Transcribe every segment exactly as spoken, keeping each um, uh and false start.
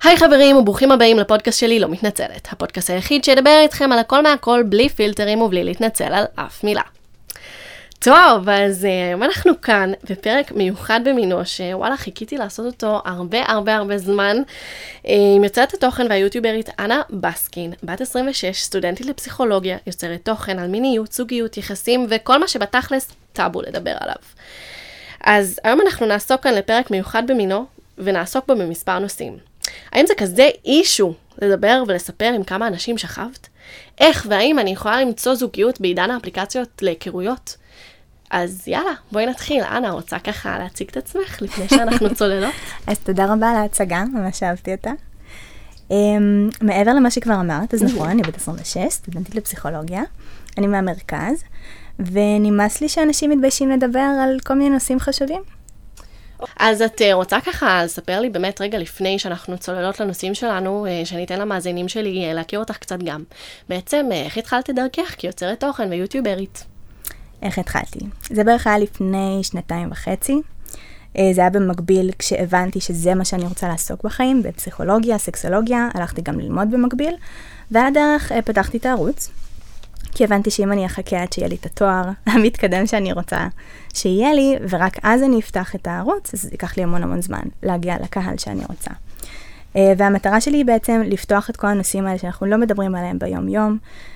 היי חברים וברוכים הבאים לפודקאסט שלי לא מתנצלת, הפודקאסט היחיד שידבר איתכם על הכל מהכל בלי פילטרים ובלי להתנצל על אף מילה. טוב, אז um, אנחנו כאן בפרק מיוחד במינו, שוואלה חיכיתי לעשות אותו הרבה הרבה הרבה זמן, עם יוצרת התוכן והיוטיוברית אנה בסקין, בת עשרים ושש, סטודנטית לפסיכולוגיה, יוצרת תוכן על מיניות, זוגיות, יחסים וכל מה שבתכלס טאבו לדבר עליו. אז היום אנחנו נעסוק כאן לפרק מיוחד במינו, ונעסוק בו במספר נושאים. האם זה כזה אישו לדבר ולספר עם כמה אנשים שכבת? איך והאם אני יכולה למצוא זוגיות בעידן האפליקציות להיכרויות? אז יאללה, בואי נתחיל. אנה, רוצה ככה להציג את עצמך לפני שאנחנו צוללות? אז תודה רבה על ההצגה, ממש אהבתי אותה. Um, מעבר למה שכבר אמרת, אז נכון, אני בת עשרים ושש, סטודנטית לפסיכולוגיה, אני מהמרכז, ונמאס לי שאנשים מתביישים לדבר על כל מיני נושאים חשובים. אז את רוצה ככה לספר לי באמת רגע לפני שאנחנו צוללות לנושאים שלנו, שאני אתן למאזינים שלי להכיר אותך קצת גם. בעצם, איך התחלת את דרכך כיוצרת תוכן ויוטיוברית? איך התחלתי? זה בערך היה לפני שנתיים וחצי. זה היה במקביל כשהבנתי שזה מה שאני רוצה לעסוק בחיים, בפסיכולוגיה, סקסולוגיה, הלכתי גם ללמוד במקביל, ועל הדרך פתחתי את הערוץ, כי הבנתי שאם אני אחכה עד שיהיה לי את התואר המתקדם שאני רוצה שיהיה לי, ורק אז אני אפתח את הערוץ, אז זה ייקח לי המון המון זמן להגיע לקהל שאני רוצה. והמטרה שלי היא בעצם לפתוח את כל הנושאים האלה שאנחנו לא מדברים עליהם ביום-יום,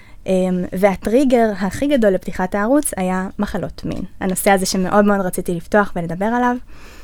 והטריגר הכי גדול לפתיחת הערוץ היה מחלות מין. הנושא הזה שמאוד מאוד רציתי לפתוח ולדבר עליו.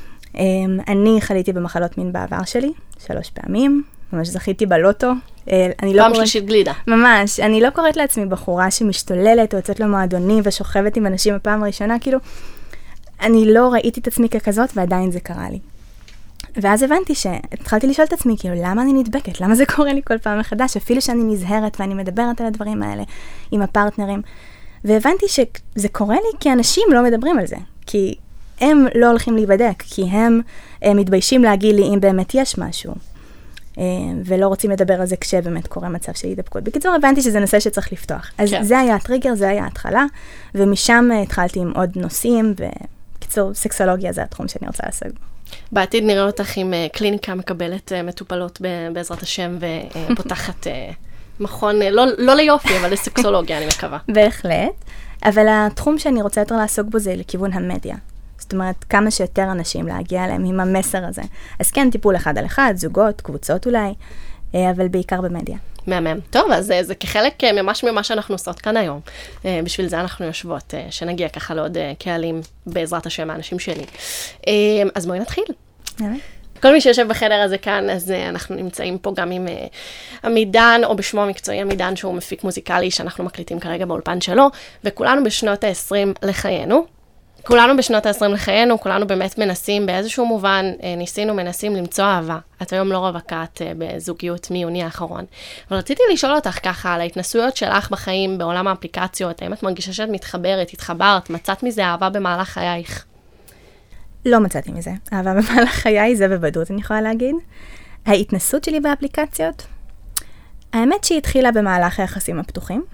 אני חליתי במחלות מין בעבר שלי, שלוש פעמים, ממש זכיתי בלוטו. פעם שלישית גלידה. ממש, אני לא קוראת לעצמי בחורה שמשתוללת או יוצאת למועדונים ושוכבת עם אנשים בפעם הראשונה, כאילו, אני לא ראיתי את עצמי ככזאת ועדיין זה קרה לי. ואז הבנתי שהתחלתי לשאול את עצמי, כאילו, למה אני נדבקת? למה זה קורה לי כל פעם מחדש? אפילו שאני נזהרת ואני מדברת על הדברים האלה עם הפרטנרים. והבנתי שזה קורה לי כי אנשים לא מדברים על זה. כי הם לא הולכים להיבדק, כי הם, הם מתביישים להגיד לי אם באמת יש משהו. ולא רוצים לדבר על זה כשבאמת קורה מצב של הידבקות. בקיצור, הבנתי שזה נושא שצריך לפתוח. אז כן. זה היה הטריגר, זה היה ההתחלה, ומשם התחלתי עם עוד נושאים, ובקיצור, סקסולוגיה זה התחום שאני רוצה לעסוק. בעתיד נראה אותך עם קליניקה מקבלת מטופלות בעזרת השם, ופותחת מכון, לא, לא ליופי, אבל לסקסולוגיה, אני מקווה. בהחלט, אבל התחום שאני רוצה יותר לעסוק בו זה לכיוון המדיה. זאת אומרת, כמה שיותר אנשים להגיע אליהם עם המסר הזה. אז כן, טיפול אחד על אחד, זוגות, קבוצות אולי, אבל בעיקר במדיה. מהמם. טוב, אז זה, זה כחלק ממש ממה שאנחנו עושות כאן היום. בשביל זה אנחנו יושבות, שנגיע ככה לעוד קהלים בעזרת השם, האנשים שלי. אז בואי נתחיל. כל מי שיושב בחדר הזה כאן, אז אנחנו נמצאים פה גם עם עמידן, או בשמו המקצועי עמידן, שהוא מפיק מוזיקלי, שאנחנו מקליטים כרגע באולפן שלו, וכולנו בשנות ה-עשרים לחיינו. כולנו בשנות ה-עשרים לחיינו, כולנו באמת מנסים, באיזשהו מובן, ניסינו, מנסים למצוא אהבה. את היום לא רווקה, את בזוגיות מיוני האחרון. אבל רציתי לשאול אותך ככה, על ההתנסויות שלך בחיים, בעולם האפליקציות, האם את מרגישה שאת מתחברת, התחברת, מצאת מזה אהבה במהלך חייך? לא מצאתי מזה. אהבה במהלך חיי, זה בוודאות אני יכולה להגיד. ההתנסות שלי באפליקציות, האמת שהיא התחילה במהלך היחסים הפתוחים,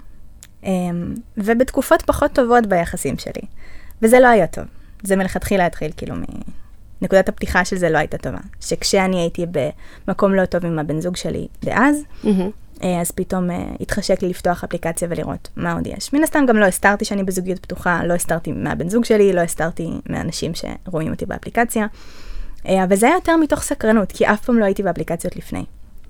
ובתקופות פחות טובות ביחסים שלי. וזה לא היה טוב. זה מלכתחילה התחיל, כאילו, מנקודת הפתיחה של זה לא הייתה טובה. שכשאני הייתי במקום לא טוב עם הבן זוג שלי דאז, mm-hmm. אז פתאום התחשק לי לפתוח אפליקציה ולראות מה עוד יש. מן הסתם גם לא הסתרתי שאני בזוגיות פתוחה, לא הסתרתי מהבן זוג שלי, לא הסתרתי מהאנשים שרואים אותי באפליקציה. אבל זה היה יותר מתוך סקרנות, כי אף פעם לא הייתי באפליקציות לפני.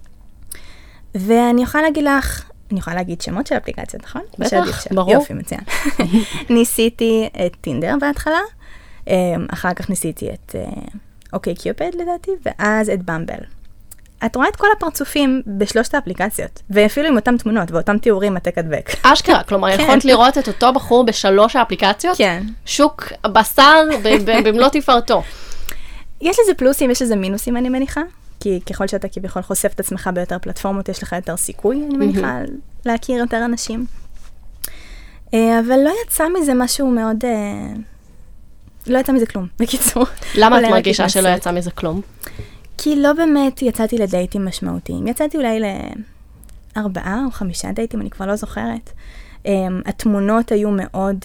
ואני יכולה להגיד לך, אני יכולה להגיד שמות של אפליקציות, נכון? בטח, ברור. יופי, מצוין. ניסיתי את טינדר בהתחלה, אחר כך ניסיתי את אוקיי קיופד לדעתי, ואז את במבל. את רואה את כל הפרצופים בשלושת האפליקציות, ואפילו עם אותם תמונות ואותם תיאורים עתק הדבק. אשכרה, כלומר, יכולת לראות את אותו בחור בשלוש האפליקציות? כן. שוק בשר במלוא תפארתו. יש לזה פלוסים, יש לזה מינוסים, אני מניחה. כי ככל שאתה כביכול חושף את עצמך ביותר פלטפורמות, יש לך יותר סיכוי, אני מניחה, להכיר יותר אנשים. אבל לא יצא מזה משהו מאוד... לא יצא מזה כלום, בקיצור. למה את מרגישה שלא יצא מזה כלום? כי לא באמת יצאתי לדייטים משמעותיים. יצאתי אולי לארבעה או חמישה דייטים, אני כבר לא זוכרת. התמונות היו מאוד...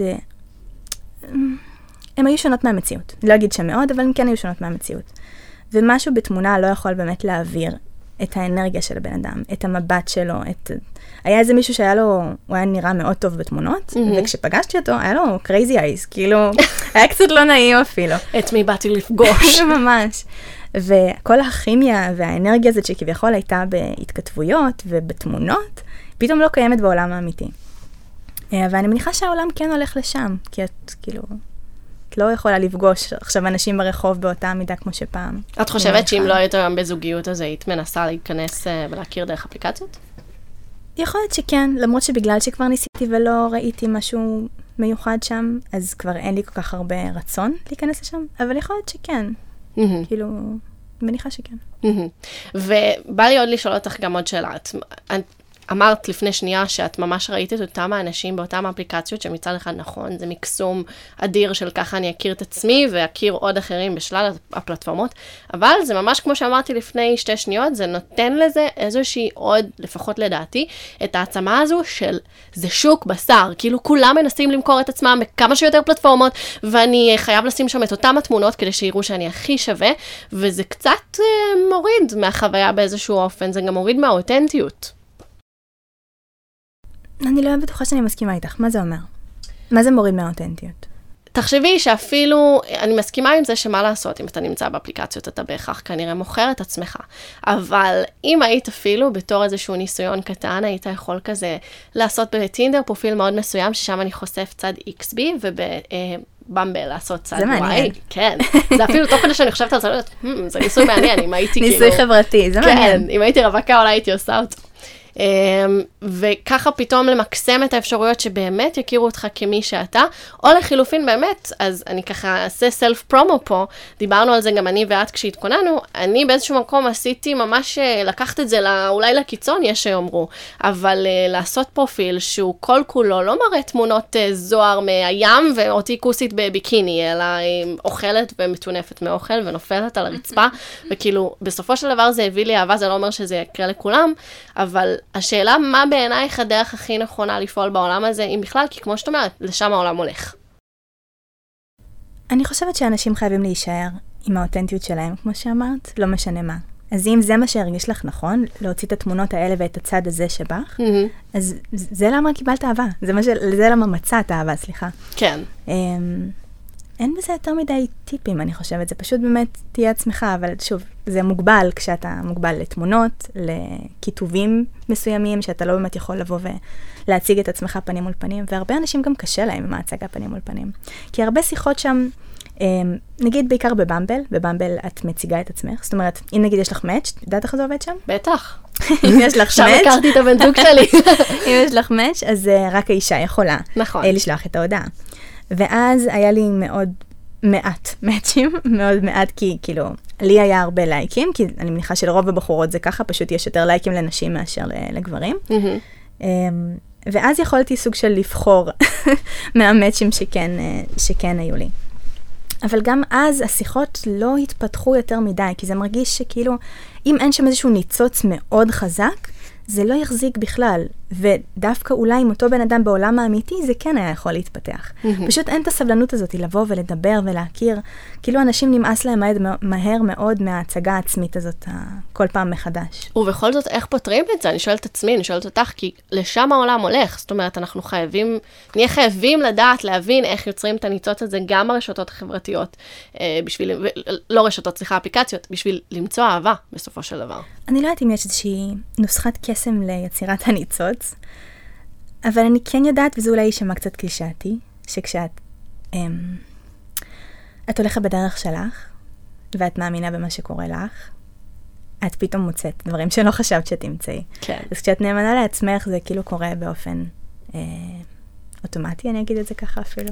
הן היו שונות מהמציאות. לא אגיד שמאוד, אבל הן כן היו שונות מהמציאות. ומשהו בתמונה לא יכול באמת להעביר את האנרגיה של הבן אדם, את המבט שלו, את... היה איזה מישהו שהיה לו, הוא היה נראה מאוד טוב בתמונות, mm-hmm. וכשפגשתי אותו, היה לו crazy eyes, כאילו, היה קצת לא נעים אפילו. את מי באתי לפגוש. ממש. וכל הכימיה והאנרגיה הזאת שכביכול הייתה בהתכתבויות ובתמונות, פתאום לא קיימת בעולם האמיתי. ואני מניחה שהעולם כן הולך לשם, כי את כאילו, את לא יכולה לפגוש עכשיו אנשים ברחוב באותה מידה כמו שפעם. את חושבת שאם לא היית היום בזוגיות, אז היית מנסה להיכנס ולהכיר דרך אפליקציות? יכול להיות שכן, למרות שבגלל שכבר ניסיתי ולא ראיתי משהו מיוחד שם, אז כבר אין לי כל כך הרבה רצון להיכנס לשם, אבל יכול להיות שכן. כאילו, מניחה שכן. ובא לי עוד לשאול אותך גם עוד שאלה. אמרת לפני שנייה שאת ממש ראית את אותם האנשים באותם האפליקציות שמצד אחד נכון, זה מקסום אדיר של ככה אני אכיר את עצמי ואכיר עוד אחרים בשלל הפלטפורמות, אבל זה ממש כמו שאמרתי לפני שתי שניות, זה נותן לזה איזושהי עוד, לפחות לדעתי, את העצמה הזו של זה שוק בשר, כאילו כולם מנסים למכור את עצמם בכמה שיותר פלטפורמות, ואני חייב לשים שם את אותם התמונות כדי שיראו שאני הכי שווה, וזה קצת אה, מוריד מהחוויה באיזשהו אופן, זה גם מוריד מהאותנטיות. אני לא בטוחה שאני מסכימה איתך. מה זה אומר? מה זה מוריד מהאותנטיות? תחשבי שאפילו, אני מסכימה עם זה שמה לעשות, אם אתה נמצא באפליקציות, אתה בהכרח כנראה מוכר את עצמך. אבל אם היית אפילו בתור איזשהו ניסיון קטן, היית יכול כזה לעשות בטינדר פרופיל מאוד מסוים, ששם אני חושף צד אקס בי, ובבמבל לעשות צד וואי. זה מעניין. כן. זה אפילו תוך כדי שאני חושבת על זה, זה ניסוי מעניין, אם הייתי כאילו... ניסוי חברתי, זה מעניין. כן, אם הייתי רווקה, אולי הייתי עושה אותו. וככה פתאום למקסם את האפשרויות שבאמת יכירו אותך כמי שאתה, או לחילופין באמת, אז אני ככה אעשה סלף פרומו פה, דיברנו על זה גם אני ואת כשהתכוננו, אני באיזשהו מקום עשיתי ממש לקחת את זה לא, אולי לקיצון, יש שיאמרו, אבל לעשות פרופיל שהוא כל כולו לא מראה תמונות זוהר מהים ואותי כוסית בביקיני, אלא אוכלת ומטונפת מאוכל ונופלת על הרצפה, וכאילו בסופו של דבר זה הביא לי אהבה, זה לא אומר שזה יקרה לכולם, אבל השאלה מה בעינייך הדרך הכי נכונה לפעול בעולם הזה, אם בכלל, כי כמו שאת אומרת, לשם העולם הולך. אני חושבת שאנשים חייבים להישאר עם האותנטיות שלהם, כמו שאמרת, לא משנה מה. אז אם זה מה שהרגיש לך נכון, להוציא את התמונות האלה ואת הצד הזה שבך, mm-hmm. אז זה למה קיבלת אהבה. זה, מה ש... זה למה מצאת אהבה, סליחה. כן. Um, אין בזה יותר מדי טיפים, אני חושבת. זה פשוט באמת תהיה עצמך, אבל שוב, זה מוגבל כשאתה מוגבל לתמונות, לכיתובים מסוימים, שאתה לא באמת יכול לבוא ולהציג את עצמך פנים מול פנים, והרבה אנשים גם קשה להם עם ההצגה פנים מול פנים. כי הרבה שיחות שם, נגיד בעיקר בבמבל, בבמבל את מציגה את עצמך, זאת אומרת, אם נגיד יש לך מאץ', יודעת איך זה עובד שם? בטח. אם יש לך מאץ', שם הכרתי את הבן זוג שלי. אם יש לך מאץ', אז רק האישה יכולה לשלוח את ההודעה. ואז היה לי מאוד מעט מאצ'ים, מאוד מעט, כי כאילו, לי היה הרבה לייקים, כי אני מניחה שלרוב הבחורות זה ככה, פשוט יש יותר לייקים לנשים מאשר לגברים. Mm-hmm. ואז יכולתי סוג של לבחור מהמאצ'ים שכן, שכן היו לי. אבל גם אז השיחות לא התפתחו יותר מדי, כי זה מרגיש שכאילו, אם אין שם איזשהו ניצוץ מאוד חזק, זה לא יחזיק בכלל, ודווקא אולי עם אותו בן אדם בעולם האמיתי, זה כן היה יכול להתפתח. Mm-hmm. פשוט אין את הסבלנות הזאת לבוא ולדבר ולהכיר, כאילו אנשים נמאס להם מהר מאוד מההצגה העצמית הזאת, כל פעם מחדש. ובכל זאת, איך פותרים את זה? אני שואלת את עצמי, אני שואלת אותך, כי לשם העולם הולך, זאת אומרת, אנחנו חייבים, נהיה חייבים לדעת, להבין איך יוצרים את הניצוץ הזה, גם ברשתות החברתיות, בשביל, לא רשתות, סליחה, אפליקציות, בשביל למצוא אהבה, בסופו של דבר. אני לא יודעת אם יש איזושהי נוסחת קסם ליצירת הניצוץ, אבל אני כן יודעת, וזה אולי יישמע קצת קלישאתי, שכשאת אמ, את הולכת בדרך שלך, ואת מאמינה במה שקורה לך, את פתאום מוצאת דברים שלא חשבת שתמצאי. כן. אז כשאת נאמנה לעצמך, זה כאילו קורה באופן אה, אוטומטי, אני אגיד את זה ככה אפילו.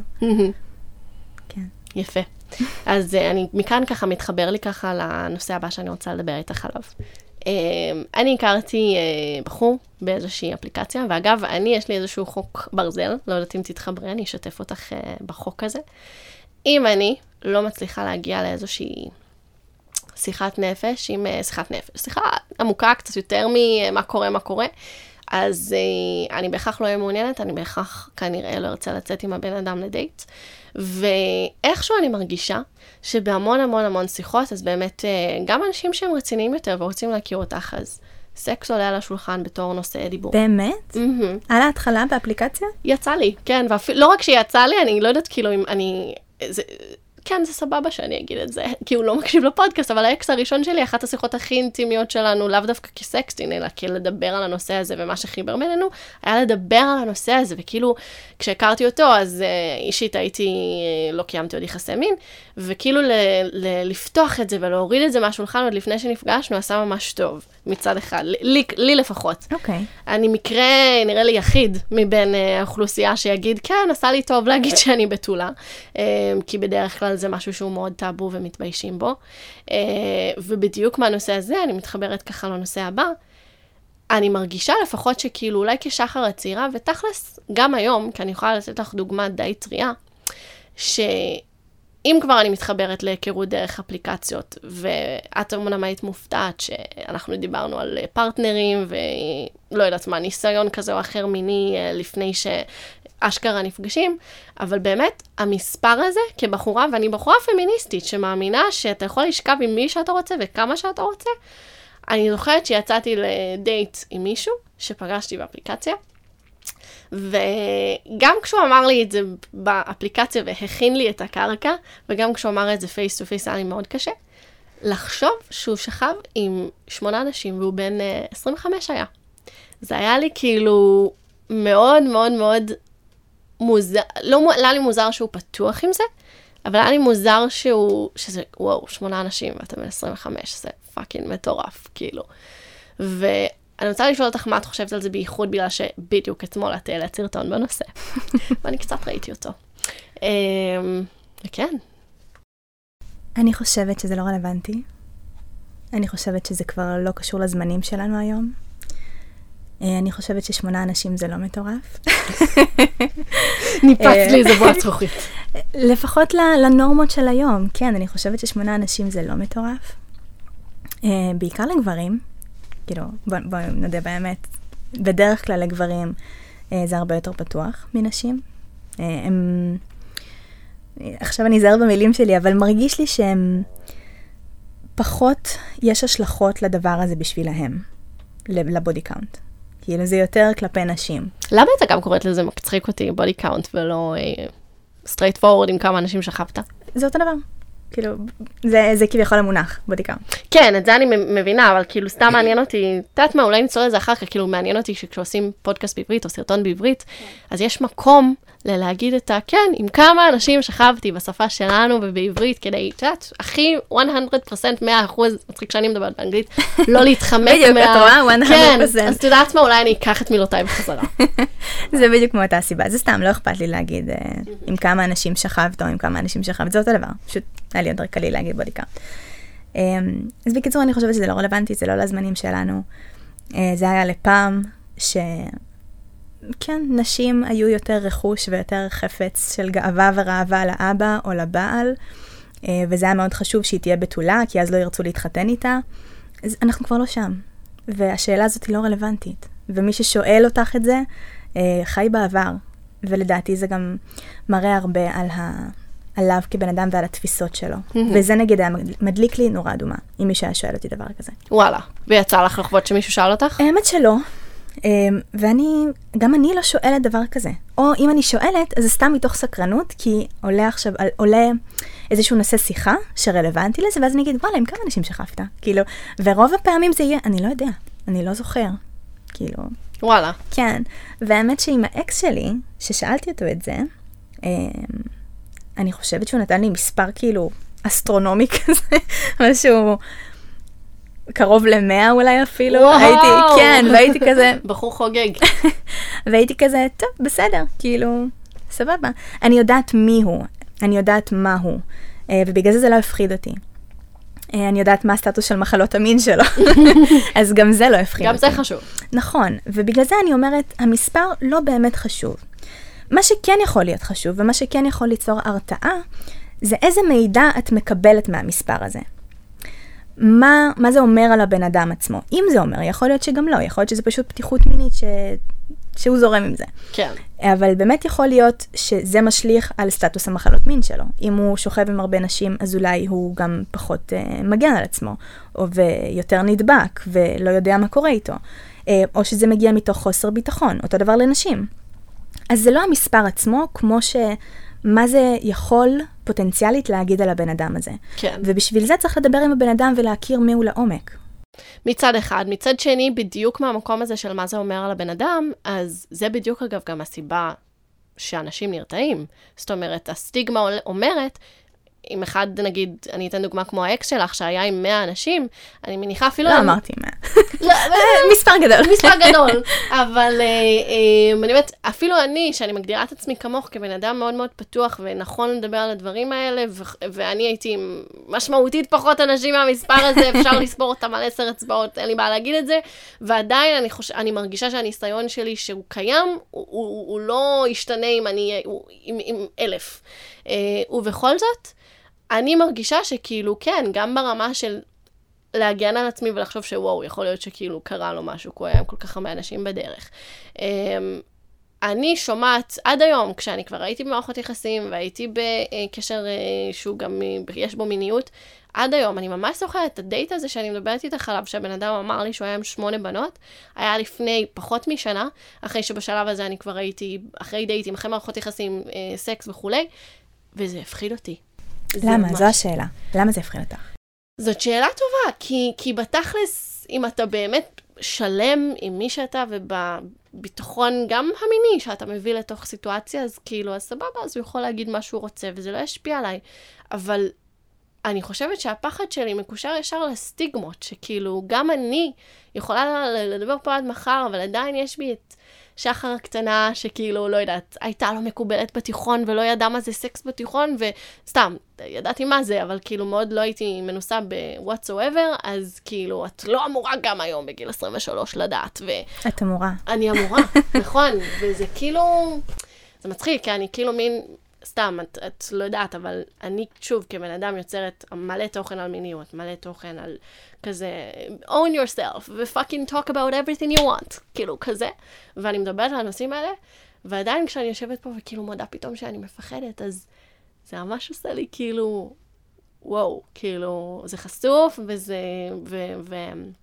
כן. יפה. אז אני מכאן ככה מתחבר לי ככה לנושא הבא שאני רוצה לדבר איתך עליו. אני הכרתי בחור באיזושהי אפליקציה, ואגב, אני, יש לי איזשהו חוק ברזל, לא יודעת אם תתחברי, אני אשתף אותך בחוק הזה. אם אני לא מצליחה להגיע לאיזושהי שיחת נפש, עם שיחת נפש, שיחה עמוקה קצת יותר ממה קורה, מה קורה, אז אני בהכרח לא אהיה מעוניינת, אני בהכרח כנראה לא ארצה לצאת עם הבן אדם לדייט, ואיכשהו אני מרגישה שבהמון המון המון שיחות, אז באמת גם אנשים שהם רציניים יותר ורוצים להכיר אותך, אז סקס עולה על השולחן בתור נושא דיבור. באמת? Mm-hmm. על ההתחלה באפליקציה? יצא לי, כן, ואפילו, לא רק שיצא לי, אני לא יודעת כאילו אם אני, זה, כן, זה סבבה שאני אגיד את זה, כי הוא לא מקשיב לפודקאסט, אבל האקס הראשון שלי, אחת השיחות הכי אינטימיות שלנו, לאו דווקא כסקסטין, אלא כאילו לדבר על הנושא הזה, ומה שחיבר בינינו, היה לדבר על הנושא הזה, וכאילו, כשהכרתי אותו, אז uh, אישית הייתי, uh, לא קיימתי עוד יחסי מין, וכאילו ל- ל- לפתוח את זה ולהוריד את זה מהשולחן, עוד לפני שנפגשנו, עשה ממש טוב, מצד אחד, לי, לי לפחות. אוקיי. Okay. אני מקרה, נראה לי יחיד, מבין uh, האוכלוסייה שיגיד, כן, עשה לי טוב להגיד שאני בתולה, uh, כי בדרך כלל זה משהו שהוא מאוד טאבו ומתביישים בו, uh, ובדיוק מהנושא הזה, אני מתחברת ככה לנושא הבא, אני מרגישה לפחות שכאילו אולי כשחר הצעירה, ותכלס גם היום, כי אני יכולה לתת לך דוגמה די טריה, שאם כבר אני מתחברת להיכרות דרך אפליקציות, ואת אמנם היית מופתעת שאנחנו דיברנו על פרטנרים, ולא יודעת מה, ניסיון כזה או אחר מיני לפני שאשכרה נפגשים, אבל באמת המספר הזה כבחורה, ואני בחורה פמיניסטית שמאמינה שאתה יכול לשכב עם מי שאתה רוצה וכמה שאתה רוצה, אני זוכרת שיצאתי לדייט עם מישהו שפגשתי באפליקציה, וגם כשהוא אמר לי את זה באפליקציה והכין לי את הקרקע, וגם כשהוא אמר את זה פייס טו פייס היה לי מאוד קשה, לחשוב שהוא שכב עם שמונה אנשים והוא בן עשרים וחמש היה. זה היה לי כאילו מאוד מאוד מאוד מוזר, לא, לא היה לי מוזר שהוא פתוח עם זה, אבל היה לי מוזר שהוא, שזה, וואו, שמונה אנשים, ואתה בן עשרים וחמש, זה פאקינג מטורף, כאילו. ואני רוצה לשאול אותך מה את חושבת על זה בייחוד, בגלל שבדיוק אתמול את העלית סרטון בנושא. ואני קצת ראיתי אותו. וכן. אני חושבת שזה לא רלוונטי. אני חושבת שזה כבר לא קשור לזמנים שלנו היום. אני חושבת ששמונה אנשים זה לא מטורף. ניפץ לי איזה בועת זכוכית. לפחות לנורמות של היום. כן, אני חושבת ששמונה אנשים זה לא מטורף. בעיקר לגברים. כאילו, בואו נדע באמת. בדרך כלל לגברים זה הרבה יותר פתוח מנשים. הם... עכשיו אני אזהר במילים שלי, אבל מרגיש לי שהם פחות, יש השלכות לדבר הזה בשבילהם, לבודי קאונט. כאילו זה יותר כלפי נשים. למה אתה גם קוראת לזה מצחיק אותי, בודי קאונט, ולא סטרייט פורוורד עם כמה אנשים שכבת? זה אותו דבר. כאילו, זה, זה כביכול המונח, בודי קאונט. כן, את זה אני מבינה, אבל כאילו סתם מעניין אותי, תעת מה, אולי נצטור לזה אחר כך, כאילו מעניין אותי שכשעושים פודקאסט בעברית או סרטון בעברית, אז יש מקום ללהגיד את ה, כן, עם כמה אנשים שכבתי בשפה שלנו ובעברית, כדי, תעת, הכי מאה אחוז, מאה אחוז, מצחיק שאני מדברת באנגלית, לא להתחמק מה... בדיוק, את רואה, מאה אחוז. כן, אז תדעת מה, אולי אני אקח את מילותיי בחזרה. זה בדיוק כמו אותה סיבה, זה סתם, לא אכפת לי להגיד עם כמה אנשים שכבת או עם כמה אנשים שכבת, זה אותו דבר, פשוט היה לי יותר קלי להגיד בודי קאונט. אז בקיצור, אני חושבת שזה לא רלוונטי, זה לא לזמנים שלנו. זה היה לפעם ש... כן, נשים היו יותר רכוש ויותר חפץ של גאווה ורעבה לאבא או לבעל, וזה היה מאוד חשוב שהיא תהיה בתולה, כי אז לא ירצו להתחתן איתה. אז אנחנו כבר לא שם, והשאלה הזאת היא לא רלוונטית. ומי ששואל אותך את זה, חי בעבר, ולדעתי זה גם מראה הרבה על ה... עליו כבן אדם ועל התפיסות שלו. וזה נגיד היה מדליק לי נורא אדומה, אם מישהו היה שואל אותי דבר כזה. וואלה, ויצא לך לחוות שמישהו שאל אותך? האמת שלא. ואני, גם אני לא שואלת דבר כזה. או אם אני שואלת, אז זה סתם מתוך סקרנות, כי עולה עכשיו, עולה איזשהו נושא שיחה שרלוונטי לזה, ואז אני אגיד, וואלה, עם כמה אנשים שכבת? כאילו, ורוב הפעמים זה יהיה, אני לא יודע, אני לא זוכר. כאילו. וואלה. כן. והאמת שעם האקס שלי, ששאלתי אותו את זה, אני חושבת שהוא נתן לי מספר כאילו אסטרונומי כזה, משהו קרוב למאה אולי אפילו. וואו. הייתי, כן, והייתי כזה... בחור חוגג. והייתי כזה, טוב, בסדר, כאילו, סבבה. אני יודעת מי הוא, אני יודעת מה הוא, ובגלל זה זה לא הפחיד אותי. אני יודעת מה הסטטוס של מחלות המין שלו, אז גם זה לא הפחיד גם אותי. זה חשוב. נכון, ובגלל זה אני אומרת, המספר לא באמת חשוב. מה שכן יכול להיות חשוב, ומה שכן יכול ליצור הרתעה, זה איזה מידע את מקבלת מהמספר הזה. מה, מה זה אומר על הבן אדם עצמו? אם זה אומר, יכול להיות שגם לא, יכול להיות שזה פשוט פתיחות מינית שהוא זורם עם זה. כן. אבל באמת יכול להיות שזה משליך על סטטוס המחלות מין שלו. אם הוא שוכב עם הרבה נשים, אז אולי הוא גם פחות uh, מגן על עצמו, או ויותר נדבק, ולא יודע מה קורה איתו. Uh, או שזה מגיע מתוך חוסר ביטחון, אותו דבר לנשים. אז זה לא המספר עצמו, כמו ש... מה זה יכול פוטנציאלית להגיד על הבן אדם הזה. כן. ובשביל זה צריך לדבר עם הבן אדם ולהכיר מיהו לעומק. מצד אחד. מצד שני, בדיוק מהמקום הזה של מה זה אומר על הבן אדם, אז זה בדיוק אגב גם הסיבה שאנשים נרתעים. זאת אומרת, הסטיגמה אומרת, אם אחד, נגיד, אני אתן דוגמה כמו האקס שלך, שהיה עם מאה אנשים, אני מניחה אפילו... לא אמרתי מאה. מספר גדול. מספר גדול. אבל אני אומרת, אפילו אני, שאני מגדירה את עצמי כמוך, כבן אדם מאוד מאוד פתוח, ונכון לדבר על הדברים האלה, ואני הייתי משמעותית פחות אנשים מהמספר הזה, אפשר לספור אותם על עשר אצבעות, אין לי בעיה להגיד את זה, ועדיין אני מרגישה שהניסיון שלי שהוא קיים, הוא לא ישתנה אם אני, עם אלף. ובכל זאת, אני מרגישה שכאילו, כן, גם ברמה של להגן על עצמי ולחשוב שוואו, יכול להיות שכאילו קרה לו משהו, כי הוא היה עם כל כך הרבה אנשים בדרך. אני שומעת עד היום, כשאני כבר הייתי במערכות יחסים, והייתי בקשר שהוא גם, יש בו מיניות, עד היום, אני ממש זוכרת את הדייט הזה שאני מדברת איתך עליו, שהבן אדם אמר לי שהוא היה עם שמונה בנות, היה לפני פחות משנה, אחרי שבשלב הזה אני כבר הייתי, אחרי דייטים, אחרי מערכות יחסים, סקס וכולי, וזה הפחיד אותי. למה? ממש... זו השאלה. למה זה הפחיד אותך? זאת שאלה טובה, כי, כי בתכלס, אם אתה באמת שלם עם מי שאתה, ובביטחון גם המיני שאתה מביא לתוך סיטואציה, אז כאילו, אז סבבה, אז הוא יכול להגיד מה שהוא רוצה, וזה לא ישפיע עליי. אבל אני חושבת שהפחד שלי מקושר ישר לסטיגמות, שכאילו, גם אני יכולה לדבר פה עד מחר, אבל עדיין יש בי את שחר הקטנה, שכאילו, לא יודעת, הייתה לא מקובלת בתיכון, ולא ידעה מה זה סקס בתיכון, וסתם, ידעתי מה זה, אבל כאילו מאוד לא הייתי מנוסה ב-whatsoever, אז כאילו, את לא אמורה גם היום בגיל עשרים ושלוש לדעת. ו... את אמורה. אני אמורה, נכון, וזה כאילו, זה מצחיק, כי אני כאילו מין, סתם, את, את לא יודעת, אבל אני שוב, כבן אדם יוצרת מלא תוכן על מיניות, מלא תוכן על כזה, own yourself, ו-fucking talk about everything you want, כאילו כזה, ואני מדברת על הנושאים האלה, ועדיין כשאני יושבת פה וכאילו מודה פתאום שאני מפחדת, אז זה ממש עושה לי כאילו, וואו, כאילו, זה חשוף, וזה, ו, ו,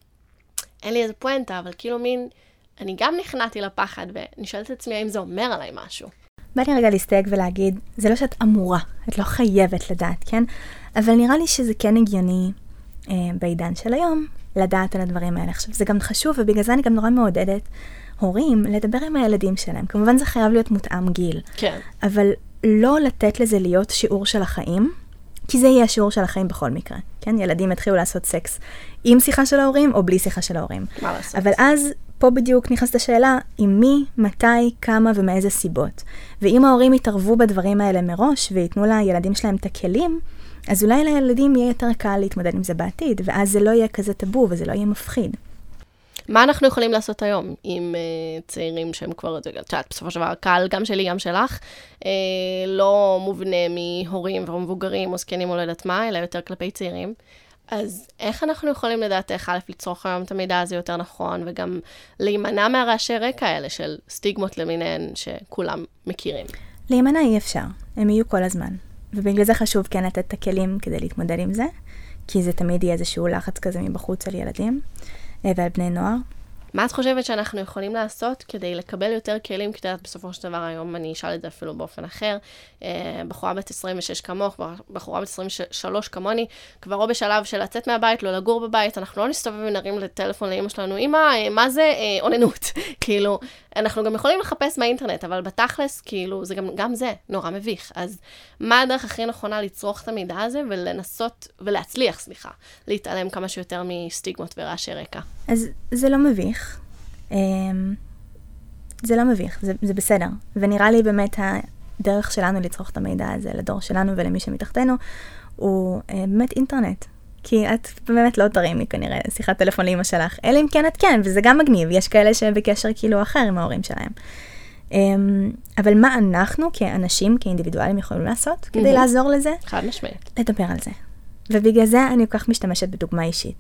אין לי איזה פואנטה, אבל כאילו מין, אני גם נכנעתי לפחד, ונשאלת את עצמי האם זה אומר עליי משהו. בא לי רגע להסתייג ולהגיד, זה לא שאת אמורה, את לא חייבת לדעת, כן? אבל נראה לי שזה כן הגיוני אה, בעידן של היום, לדעת על הדברים האלה. עכשיו, זה גם חשוב, ובגלל זה אני גם נורא מעודדת הורים לדבר עם הילדים שלהם. כמובן זה חייב להיות מותאם גיל. כן. אבל לא לתת לזה להיות שיעור של החיים, כי זה יהיה שיעור של החיים בכל מקרה. כן? ילדים יתחילו לעשות סקס עם שיחה של ההורים, או בלי שיחה של ההורים. מה לעשות? אבל אז פה בדיוק נכנסת השאלה, עם מי, מתי, כמה ומאיזה סיבות. ואם ההורים יתערבו בדברים האלה מראש, ויתנו לילדים שלהם את הכלים, אז אולי לילדים יהיה יותר קל להתמודד עם זה בעתיד, ואז זה לא יהיה כזה טאבו, וזה לא יהיה מפחיד. מה אנחנו יכולים לעשות היום עם uh, צעירים שהם כבר, את יודעת, בסופו של דבר, קהל גם שלי, גם שלך, uh, לא מובנה מהורים ומבוגרים או זקנים או לא יודעת מה, אלא יותר כלפי צעירים. אז איך אנחנו יכולים לדעת איך א' לצרוך היום את המידע הזה יותר נכון, וגם להימנע מהרעשי רקע האלה של סטיגמות למיניהן שכולם מכירים? להימנע אי אפשר, הם יהיו כל הזמן. ובגלל זה חשוב כן לתת את הכלים כדי להתמודד עם זה, כי זה תמיד יהיה איזשהו לחץ כזה מבחוץ על ילדים ועל בני נוער. מה את חושבת שאנחנו יכולים לעשות כדי לקבל יותר כלים? כי בסופו של דבר היום אני אשאל את זה אפילו באופן אחר. בחורה בת עשרים ושש כמוך, בחורה בת עשרים ושלוש כמוני, כבר או בשלב של לצאת מהבית, לא לגור בבית, אנחנו לא נסתובב ונרים לטלפון לאמא שלנו, אמא, מה זה עוננות? כאילו, אנחנו גם יכולים לחפש מהאינטרנט, אבל בתכלס, כאילו, זה גם, גם זה נורא מביך. אז מה הדרך הכי נכונה לצרוך את המידע הזה ולנסות, ולהצליח, סליחה, להתעלם כמה שיותר מסטיגמות ורעשי רקע? אז זה לא מביך. זה לא מביך, זה, זה בסדר. ונראה לי באמת הדרך שלנו לצרוך את המידע הזה לדור שלנו ולמי שמתחתנו, הוא באמת אינטרנט. כי את באמת לא תרימי כנראה שיחת טלפון לאמא שלך, אלא אם כן את כן, וזה גם מגניב. יש כאלה שבקשר כאילו אחר עם ההורים שלהם. אבל מה אנחנו כאנשים, כאינדיבידואלים יכולים לעשות כדי mm-hmm. לעזור לזה? חד משמעית. לדבר על זה. ובגלל זה אני כל כך משתמשת בדוגמה אישית.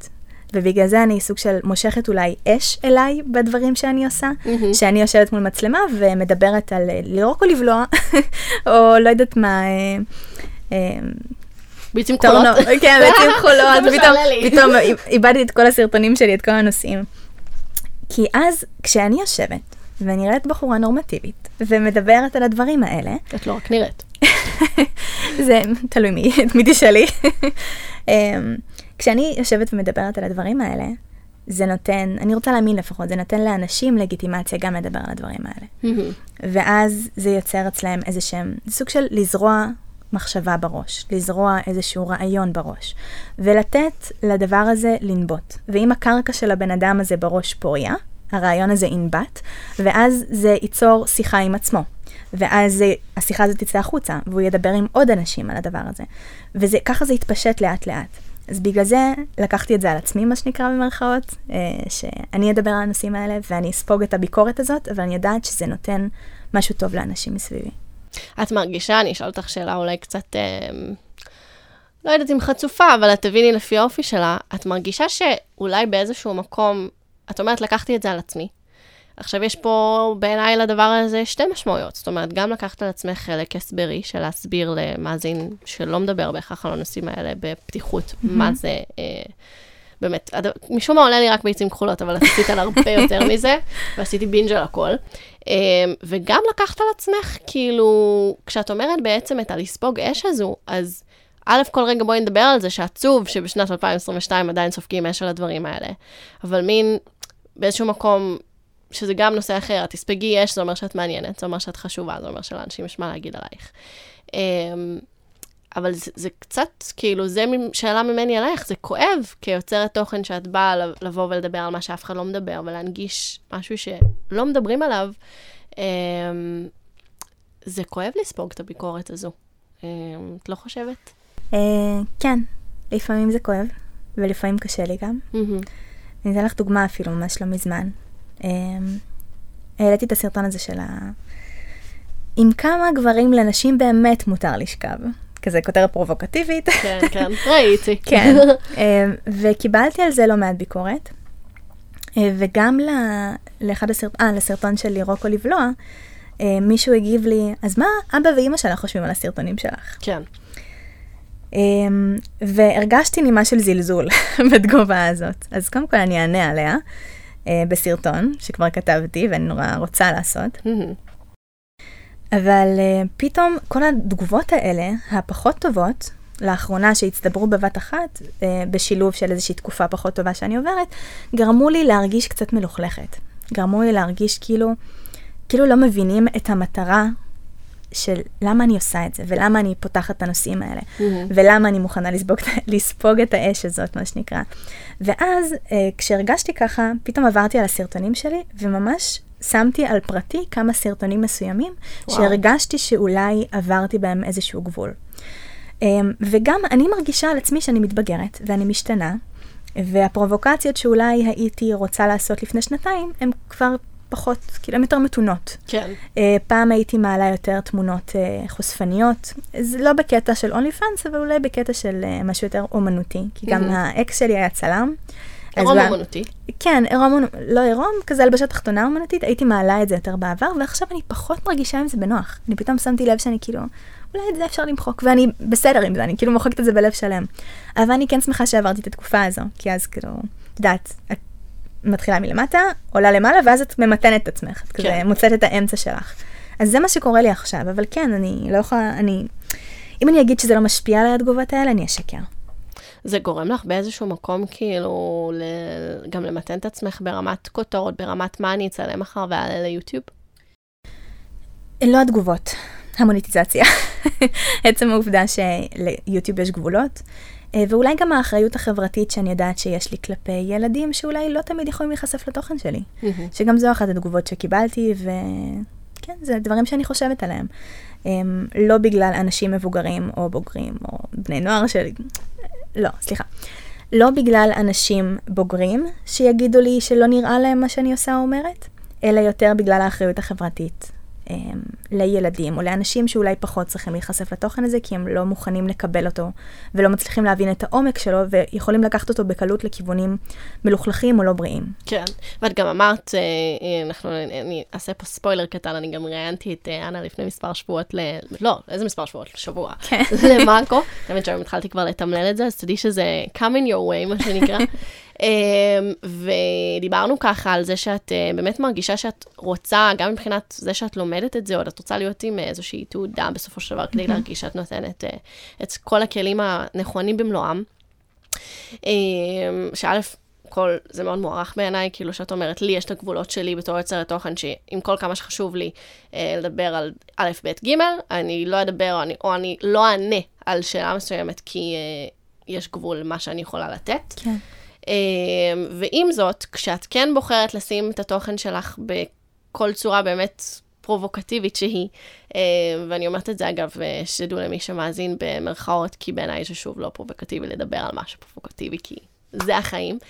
ובגלל זה אני סוג של מושכת אולי אש אליי בדברים שאני עושה, מהמם. שאני יושבת מול מצלמה ומדברת על אה, לירוק או לבלוע, או לא יודעת מה, אה, אה, ביצים כחולות. טורנו, כן, ביצים כחולות, זה מה פתאום- שעלה לי. פתאום איבדתי את כל הסרטונים שלי, את כל הנושאים. כי אז, כשאני יושבת, ואני נראית בחורה נורמטיבית, ומדברת על הדברים האלה, את לא רק נראית. זה תלוי מי, את מי תשאלי. אמ, כשאני יושבת ומדברת על הדברים האלה, זה נותן, אני רוצה להאמין לפחות, זה נותן לאנשים לגיטימציה גם לדבר על הדברים האלה. מהמם. ואז זה יוצר אצלהם איזה שהם, זה סוג של לזרוע מחשבה בראש, לזרוע איזשהו רעיון בראש, ולתת לדבר הזה לנבוט. ואם הקרקע של הבן אדם הזה בראש פוריה, הרעיון הזה ינבט, ואז זה ייצור שיחה עם עצמו. ואז זה, השיחה הזאת תצא החוצה, והוא ידבר עם עוד אנשים על הדבר הזה. וככה זה יתפשט לאט לאט. אז בגלל זה לקחתי את זה על עצמי, מה שנקרא במרכאות, אה, שאני אדבר על הנושאים האלה, ואני אספוג את הביקורת הזאת, אבל אני יודעת שזה נותן משהו טוב לאנשים מסביבי. את מרגישה, אני אשאל אותך שאלה אולי קצת, אה, לא יודעת אם חצופה, אבל את תביני לפי האופי שלה, את מרגישה שאולי באיזשהו מקום, את אומרת, לקחתי את זה על עצמי. עכשיו יש פה בעיניי לדבר הזה שתי משמעויות. זאת אומרת, גם לקחת על עצמך חלק הסברי של להסביר למאזין שלא מדבר בהכרח על הנושאים האלה בפתיחות, מה זה, אה, באמת, הד... משום מה עולה לי רק ביצים כחולות, אבל עשית על הרבה יותר מזה, ועשיתי בינג' על הכל. אה, וגם לקחת על עצמך, כאילו, כשאת אומרת בעצם את הלספוג אש הזו, אז א', כל רגע בואי נדבר על זה שעצוב שבשנת אלפיים עשרים ושתיים עדיין סופגים אש על הדברים האלה. אבל מין, באיזשהו מקום, שזה גם נושא אחר, תספגי אש, זה אומר שאת מעניינת, זה אומר שאת חשובה, זה אומר שלאנשים יש מה להגיד עלייך. אבל זה, זה קצת, כאילו, זה שאלה ממני עלייך, זה כואב, כיוצרת תוכן שאת באה לבוא ולדבר על מה שאף אחד לא מדבר, ולהנגיש משהו שלא מדברים עליו, זה כואב לספוג את הביקורת הזו. את לא חושבת? כן, לפעמים זה כואב, ולפעמים קשה לי גם. אני אתן לך דוגמה אפילו, ממש לא מזמן. העליתי את הסרטון הזה של ה... עם כמה גברים לנשים באמת מותר לשכב. כזה כותרת פרובוקטיבית. כן, כן, ראיתי. כן, וקיבלתי על זה לא מעט ביקורת. וגם לאחד הסרטון, אה, לסרטון של לירוק או לבלוע, מישהו הגיב לי, אז מה אבא ואמא שלך חושבים על הסרטונים שלך? כן. והרגשתי נימה של זלזול בתגובה הזאת. אז קודם כל אני אענה עליה. בסרטון, שכבר כתבתי, ואני נורא רוצה לעשות. אבל פתאום כל התגובות האלה, הפחות טובות, לאחרונה שהצטברו בבת אחת, בשילוב של איזושהי תקופה פחות טובה שאני עוברת, גרמו לי להרגיש קצת מלוכלכת. גרמו לי להרגיש כאילו, כאילו לא מבינים את המטרה של למה אני עושה את זה, ולמה אני פותחת את הנושאים האלה, ולמה אני מוכנה לספוג, לספוג את האש הזאת, מה שנקרא. ואז, כשהרגשתי ככה, פתאום עברתי על הסרטונים שלי, וממש שמתי על פרטי כמה סרטונים מסוימים, וואו. שהרגשתי שאולי עברתי בהם איזשהו גבול. וגם אני מרגישה על עצמי שאני מתבגרת, ואני משתנה, והפרובוקציות שאולי הייתי רוצה לעשות לפני שנתיים, הן כבר פחות, כאילו, הן יותר מתונות. כן. Uh, פעם הייתי מעלה יותר תמונות uh, חושפניות. זה לא בקטע של OnlyFans, אבל אולי בקטע של uh, משהו יותר אומנותי. כי גם האקס שלי היה צלם. עירום אומנותי. כן, עירום, לא עירום, כזה הלבשת תחתונה אומנותית. הייתי מעלה את זה יותר בעבר, ועכשיו אני פחות מרגישה עם זה בנוח. אני פתאום שמתי לב שאני כאילו, אולי את זה אפשר למחוק, ואני בסדר עם זה, אני כאילו מוחקת את זה בלב שלם. אבל אני כן שמחה שעברתי את התקופה הזו, כי אז כאילו, יודעת, את מתחילה מלמטה, עולה למעלה, ואז את ממתנת את עצמך, את כזה מוצאת את האמצע שלך. אז זה מה שקורה לי עכשיו, אבל כן, אני לא יכולה, אני, אם אני אגיד שזה לא משפיע עליי התגובות האלה, אני אשקר. זה גורם לך באיזשהו מקום, כאילו, גם למתן את עצמך ברמת כותרות, ברמת מה אני אצלם אחר ועלה ליוטיוב? לא התגובות, המוניטיזציה. עצם העובדה שליוטיוב יש גבולות, ואולי גם האחריות החברתית שאני יודעת שיש לי כלפי ילדים, שאולי לא תמיד יכולים להיחשף לתוכן שלי. שגם זו אחת התגובות שקיבלתי, וכן, זה דברים שאני חושבת עליהם. לא בגלל אנשים מבוגרים או בוגרים, או בני נוער שלי. לא, סליחה. לא בגלל אנשים בוגרים שיגידו לי שלא נראה להם מה שאני עושה או אומרת, אלא יותר בגלל האחריות החברתית לילדים, או לאנשים שאולי פחות צריכים להיחשף לתוכן הזה, כי הם לא מוכנים לקבל אותו, ולא מצליחים להבין את העומק שלו, ויכולים לקחת אותו בקלות לכיוונים מלוכלכים או לא בריאים. כן, ואת גם אמרת, אנחנו, אני אעשה פה ספוילר קטן, אני גם ראיינתי את אנה לפני מספר שבועות, ל... לא, איזה מספר שבועות? שבוע. כן. למאקו, באמת שהיום התחלתי כבר לתמלל את זה, אז תדעי שזה come in your way, מה שנקרא. ודיברנו ככה על זה שאת באמת מרגישה שאת רוצה, גם מבחינת זה שאת לומדת את זה, או את רוצה להיות עם איזושהי תעודה בסופו של דבר, כדי להרגיש שאת נותנת את כל הכלים הנכונים במלואם. שא', כל, זה מאוד מוערך בעיניי, כאילו שאת אומרת, לי יש את הגבולות שלי בתור יוצרת תוכן, שעם כל כמה שחשוב לי לדבר על א', ב', ג', אני לא אדבר, או אני, או אני לא אענה על שאלה מסוימת, כי יש גבול למה שאני יכולה לתת. כן. ועם זאת, כשאת כן בוחרת לשים את התוכן שלך בכל צורה באמת פרובוקטיבית שהיא, ואני אומרת את זה אגב, שתדעו למי שמאזין במרכאות, כי בעיניי זה שוב לא פרובוקטיבי לדבר על משהו פרובוקטיבי, כי זה החיים.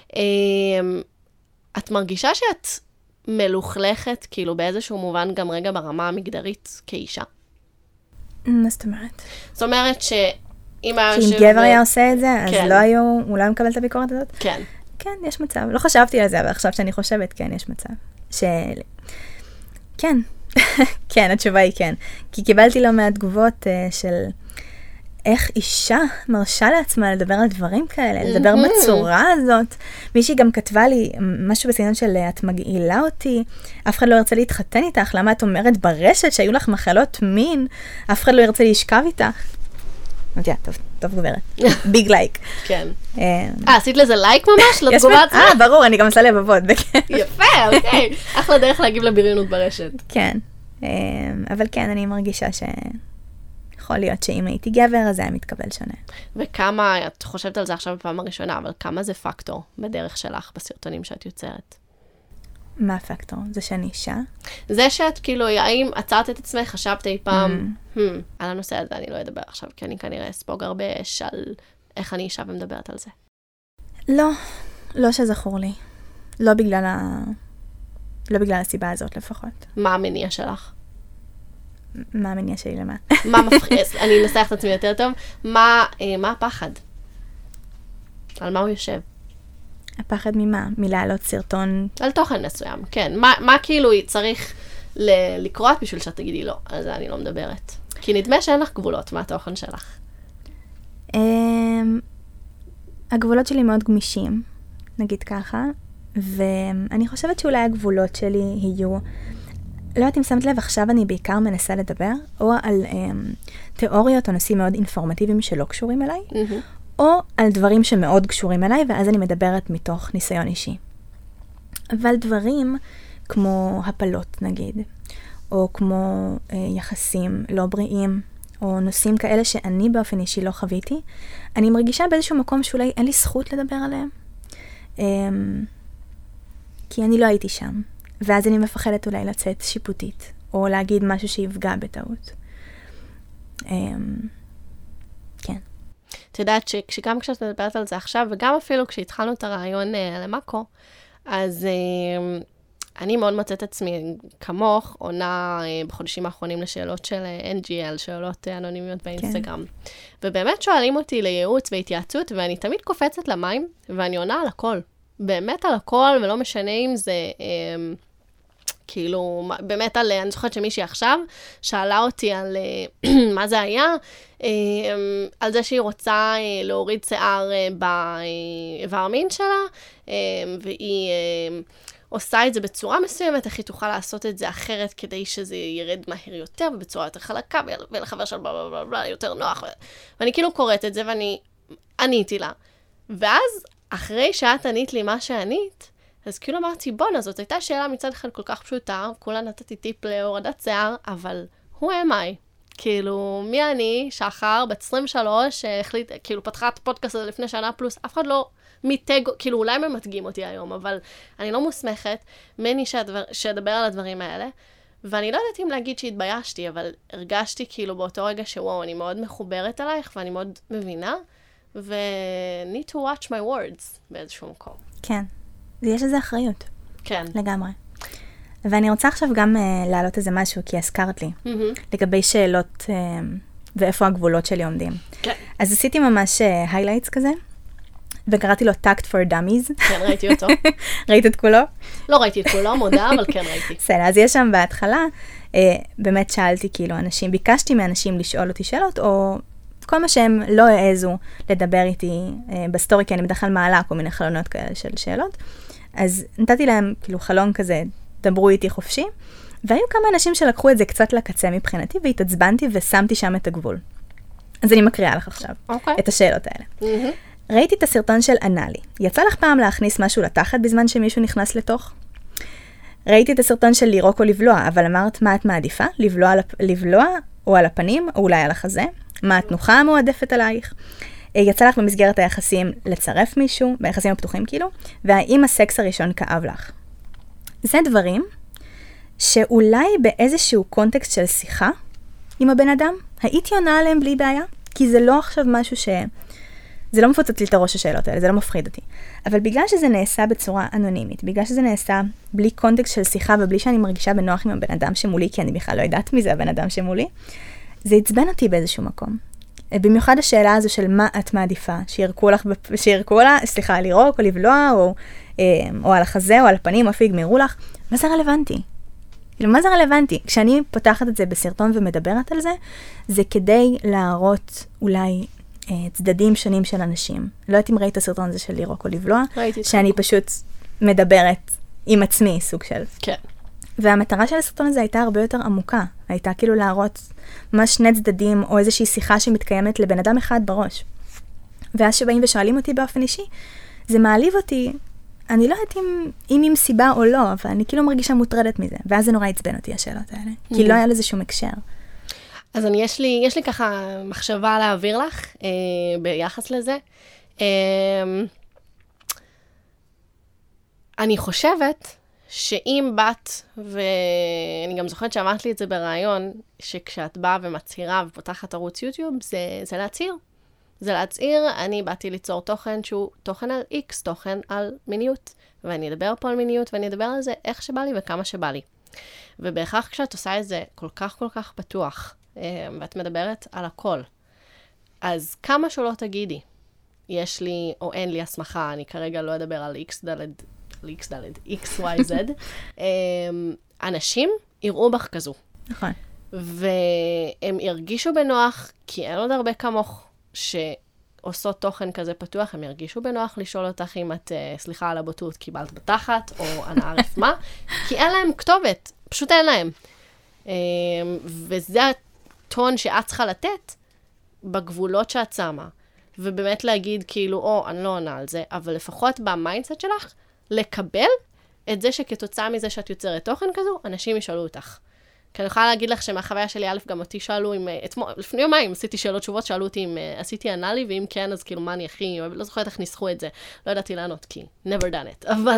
את מרגישה שאת מלוכלכת, כאילו באיזשהו מובן גם רגע ברמה המגדרית כאישה? מה זאת אומרת? זאת אומרת ש... שאם גבר היה עושה את זה, אז לא היו, הוא לא מקבל את הביקורת הזאת? כן. כן, יש מצב. לא חשבתי על זה, אבל עכשיו שאני חושבת, כן, יש מצב. ש... כן. כן, התשובה היא כן. כי קיבלתי לא מעט תגובות של איך אישה מרשה לעצמה לדבר על דברים כאלה, לדבר בצורה הזאת. מישהי גם כתבה לי משהו בסגנון של את מגעילה אותי, אף אחד לא ירצה להתחתן איתך, למה את אומרת ברשת שהיו לך מחלות מין, אף אחד לא ירצה להשכב איתך. אמרתי, טוב, טוב גברת. ביג לייק. כן. אה, עשית לזה לייק ממש? לתגובה עצמה? אה, ברור, אני גם עושה לבבות. יפה, אוקיי. אחלה דרך להגיב לבריונות ברשת. כן. אבל כן, אני מרגישה שיכול להיות שאם הייתי גבר, אז זה היה מתקבל שונה. וכמה, את חושבת על זה עכשיו בפעם הראשונה, אבל כמה זה פקטור בדרך שלך, בסרטונים שאת יוצרת? מה הפקטור? זה שאני אישה? זה שאת כאילו, האם עצרת את עצמך, חשבת אי פעם, hmm, על הנושא הזה אני לא אדבר עכשיו, כי אני כנראה אספוג הרבה אש על איך אני אישה ומדברת על זה. לא, לא שזכור לי. לא בגלל ה... לא בגלל הסיבה הזאת לפחות. מה המניע שלך? מה המניע שלי למה? מה מפחיד? אני אנסח את עצמי יותר טוב. מה, מה הפחד? על מה הוא יושב? הפחד ממה? מלהעלות סרטון? על תוכן מסוים, כן. מה, מה כאילו צריך ל- לקרות בשביל שאת תגידי לא? על זה אני לא מדברת. כי נדמה שאין לך גבולות מהתוכן שלך. הגבולות שלי מאוד גמישים, נגיד ככה, ואני חושבת שאולי הגבולות שלי יהיו, לא יודעת אם שמת לב, עכשיו אני בעיקר מנסה לדבר, או על תיאוריות או נושאים מאוד אינפורמטיביים שלא קשורים אליי, mm-hmm. או על דברים שמאוד קשורים אליי, ואז אני מדברת מתוך ניסיון אישי. אבל דברים כמו הפלות, נגיד, או כמו אה, יחסים לא בריאים, או נושאים כאלה שאני באופן אישי לא חוויתי, אני מרגישה באיזשהו מקום שאולי אין לי זכות לדבר עליהם. אה, כי אני לא הייתי שם. ואז אני מפחדת אולי לצאת שיפוטית, או להגיד משהו שיפגע בטעות. אה, כן. את יודעת שגם כשאת מדברת על זה עכשיו, וגם אפילו כשהתחלנו את הרעיון uh, למאקו, אז uh, אני מאוד מצאת עצמי כמוך, עונה uh, בחודשים האחרונים לשאלות של uh, אן ג'י אל, שאלות uh, אנונימיות באינסטגרם. כן. ובאמת שואלים אותי לייעוץ והתייעצות, ואני תמיד קופצת למים, ואני עונה על הכל. באמת על הכל, ולא משנה אם זה... Uh, כאילו, באמת על, אני זוכרת שמישהי עכשיו שאלה אותי על מה זה היה, על זה שהיא רוצה להוריד שיער באיבר מין שלה, והיא עושה את זה בצורה מסוימת, איך היא תוכל לעשות את זה אחרת כדי שזה ירד מהר יותר, ובצורה יותר חלקה, ולחבר של בלה בלה בלה, יותר נוח. ואני כאילו קוראת את זה, ואני עניתי לה. ואז, אחרי שאת ענית לי מה שענית, אז כאילו אמרתי, בונה, זאת הייתה שאלה מצד אחד כל כך פשוטה, כולה נתתי טיפ להורדת שיער, אבל who am I? כאילו, מי אני, שחר, בת עשרים ושלוש, החליט, כאילו, פתחה את הפודקאסט הזה לפני שנה פלוס, אף אחד לא מתג, כאילו, אולי ממתגים אותי היום, אבל אני לא מוסמכת, מני שדבר, שדבר על הדברים האלה, ואני לא יודעת אם להגיד שהתביישתי, אבל הרגשתי כאילו באותו רגע שוואו, אני מאוד מחוברת עלייך, ואני מאוד מבינה, ו- need to watch my words באיזשהו מקום. כן. יש איזה אחריות. כן. לגמרי. ואני רוצה עכשיו גם uh, להעלות איזה משהו, כי הזכרת לי, mm-hmm. לגבי שאלות uh, ואיפה הגבולות שלי עומדים. כן. Okay. אז עשיתי ממש highlights כזה, וקראתי לו Tact for Dummies. כן, ראיתי אותו. ראית את כולו? לא ראיתי את כולו, מודה, אבל כן ראיתי. בסדר, אז יש שם בהתחלה, uh, באמת שאלתי כאילו אנשים, ביקשתי מאנשים לשאול אותי שאלות, או כל מה שהם לא העזו לדבר איתי uh, בסטורי, כי אני בדרך כלל מעלה כל מיני חלונות כאלה של שאלות, אז נתתי להם כאילו חלון כזה, דברו איתי חופשי, והיו כמה אנשים שלקחו את זה קצת לקצה מבחינתי, והתעצבנתי ושמתי שם את הגבול. אז אני מקריאה לך עכשיו okay. את השאלות האלה. Mm-hmm. ראיתי את הסרטון של אנלי. יצא לך פעם להכניס משהו לתחת בזמן שמישהו נכנס לתוך? ראיתי את הסרטון של לירוק או לבלוע, אבל אמרת מה את מעדיפה? לבלוע, לבלוע או על הפנים, או אולי על החזה? מה התנוחה המועדפת עלייך? יצא לך במסגרת היחסים לצרף מישהו, ביחסים הפתוחים כאילו, והאם הסקס הראשון כאב לך? זה דברים שאולי באיזשהו קונטקסט של שיחה עם הבן אדם, הייתי עונה עליהם בלי בעיה, כי זה לא עכשיו משהו ש... זה לא מפוצץ לי את הראש השאלות האלה, זה לא מפחיד אותי. אבל בגלל שזה נעשה בצורה אנונימית, בגלל שזה נעשה בלי קונטקסט של שיחה, ובלי שאני מרגישה בנוח עם הבן אדם שמולי, כי אני בכלל לא יודעת מי זה הבן אדם שמולי, זה עצבן אותי באיזשהו מקום. במיוחד השאלה הזו של מה את מעדיפה, שירקו לך, שירקו לה, סליחה, לירוק או לבלוע, או, או על החזה או על הפנים, אפילו יגמרו לך, מה זה רלוונטי? מה זה רלוונטי? כשאני פותחת את זה בסרטון ומדברת על זה, זה כדי להראות אולי אה, צדדים שונים של אנשים. לא יודעת אם ראית את הסרטון הזה של לירוק או לבלוע, שאני פשוט מדברת עם עצמי, סוג של. כן. והמטרה של הסרטון הזה הייתה הרבה יותר עמוקה. הייתה כאילו להראות ממש שני צדדים, או איזושהי שיחה שמתקיימת לבן אדם אחד בראש. ואז שבאים ושואלים אותי באופן אישי, זה מעליב אותי, אני לא יודעת אם, אם עם סיבה או לא, אבל אני כאילו מרגישה מוטרדת מזה. ואז זה נורא עצבן אותי, השאלות האלה. Mm-hmm. כי לא היה לזה שום הקשר. אז אני, יש לי, יש לי ככה מחשבה להעביר לך, אה, ביחס לזה. אה, אני חושבת שאם בת, ואני גם זוכרת שאמרת לי את זה ברעיון, שכשאת באה ומצהירה ופותחת ערוץ יוטיוב, זה, זה להצהיר. זה להצהיר, אני באתי ליצור תוכן שהוא תוכן על X, תוכן על מיניות. ואני אדבר פה על מיניות, ואני אדבר על זה איך שבא לי וכמה שבא לי. ובהכרח כשאת עושה את זה כל כך כל כך פתוח, ואת מדברת על הכל, אז כמה שלא תגידי, יש לי או אין לי הסמכה, אני כרגע לא אדבר על X דלת, X דלת, X, Y, Z, אנשים יראו בך כזו. נכון. והם ירגישו בנוח, כי אין עוד הרבה כמוך שעושות תוכן כזה פתוח, הם ירגישו בנוח לשאול אותך אם את, סליחה על הבוטות, קיבלת בתחת, או אנא ערף מה, כי אין להם כתובת, פשוט אין להם. וזה הטון שאת צריכה לתת בגבולות שאת שמה, ובאמת להגיד כאילו, או, אני לא עונה על זה, אבל לפחות במיינדסט שלך, לקבל את זה שכתוצאה מזה שאת יוצרת תוכן כזו, אנשים ישאלו אותך. כי אני יכולה להגיד לך שמהחוויה שלי, א', גם אותי שאלו אם, אתמול, לפני יומיים עשיתי שאלות תשובות, שאלו אותי אם עשיתי אנלי, ואם כן, אז כאילו, מה אני הכי, לא זוכרת איך ניסחו את זה, לא ידעתי לענות, כי never done it, אבל,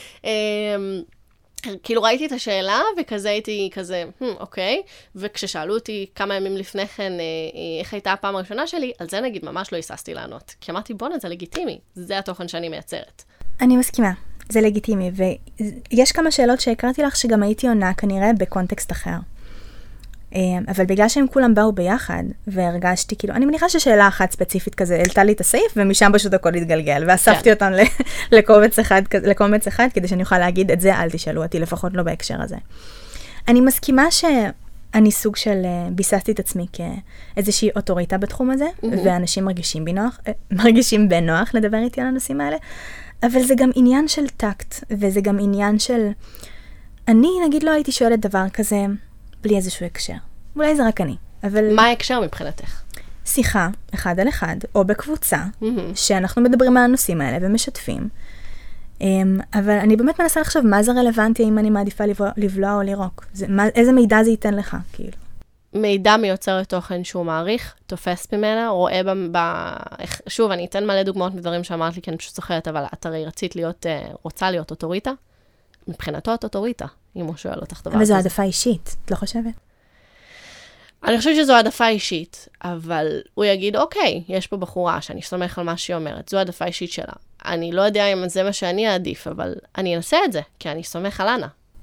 כאילו ראיתי את השאלה, וכזה הייתי כזה, אוקיי, וכששאלו אותי כמה ימים לפני כן, איך הייתה הפעם הראשונה שלי, על זה נגיד ממש לא היססתי לענות, כי אמרתי, בוא'נה, זה לגיטימי, זה התוכן שאני מייצרת. אני מסכימה. זה לגיטימי, ויש כמה שאלות שהכרתי לך שגם הייתי עונה כנראה בקונטקסט אחר. אבל בגלל שהם כולם באו ביחד, והרגשתי כאילו, אני מניחה ששאלה אחת ספציפית כזה, העלתה לי את הסעיף, ומשם פשוט הכל התגלגל, ואספתי אותם לקומץ אחד, לקומץ אחד, כדי שאני אוכל להגיד, את זה אל תשאלו אותי, לפחות לא בהקשר הזה. אני מסכימה שאני סוג של, ביססתי את עצמי כאיזושהי אוטוריטה בתחום הזה, ואנשים מרגישים בנוח, מרגישים בנוח לדבר איתי על הנושאים האלה, אבל זה גם עניין של טקט, וזה גם עניין של... אני, נגיד, לא הייתי שואלת דבר כזה בלי איזשהו הקשר. אולי זה רק אני, אבל... מה ההקשר מבחינתך? שיחה, אחד על אחד, או בקבוצה, mm-hmm. שאנחנו מדברים על הנושאים האלה ומשתפים. אבל אני באמת מנסה לחשוב מה זה רלוונטי אם אני מעדיפה לבלוע או לירוק. זה, מה, איזה מידע זה ייתן לך, כאילו? מידע מיוצר לתוכן שהוא מעריך, תופס ממנה, רואה ב... ב... שוב, אני אתן מלא דוגמאות מדברים שאמרת לי, כי אני פשוט זוכרת, אבל את הרי רצית להיות, רוצה להיות אוטוריטה? מבחינתו את אוטוריטה, אם הוא שואל אותך דבר. אבל זו העדפה אישית, את לא חושבת? אני חושבת שזו העדפה אישית, אבל הוא יגיד, אוקיי, יש פה בחורה שאני סומך על מה שהיא אומרת, זו העדפה אישית שלה. אני לא יודע אם זה מה שאני אעדיף, אבל אני אנסה את זה, כי אני סומך על אנה.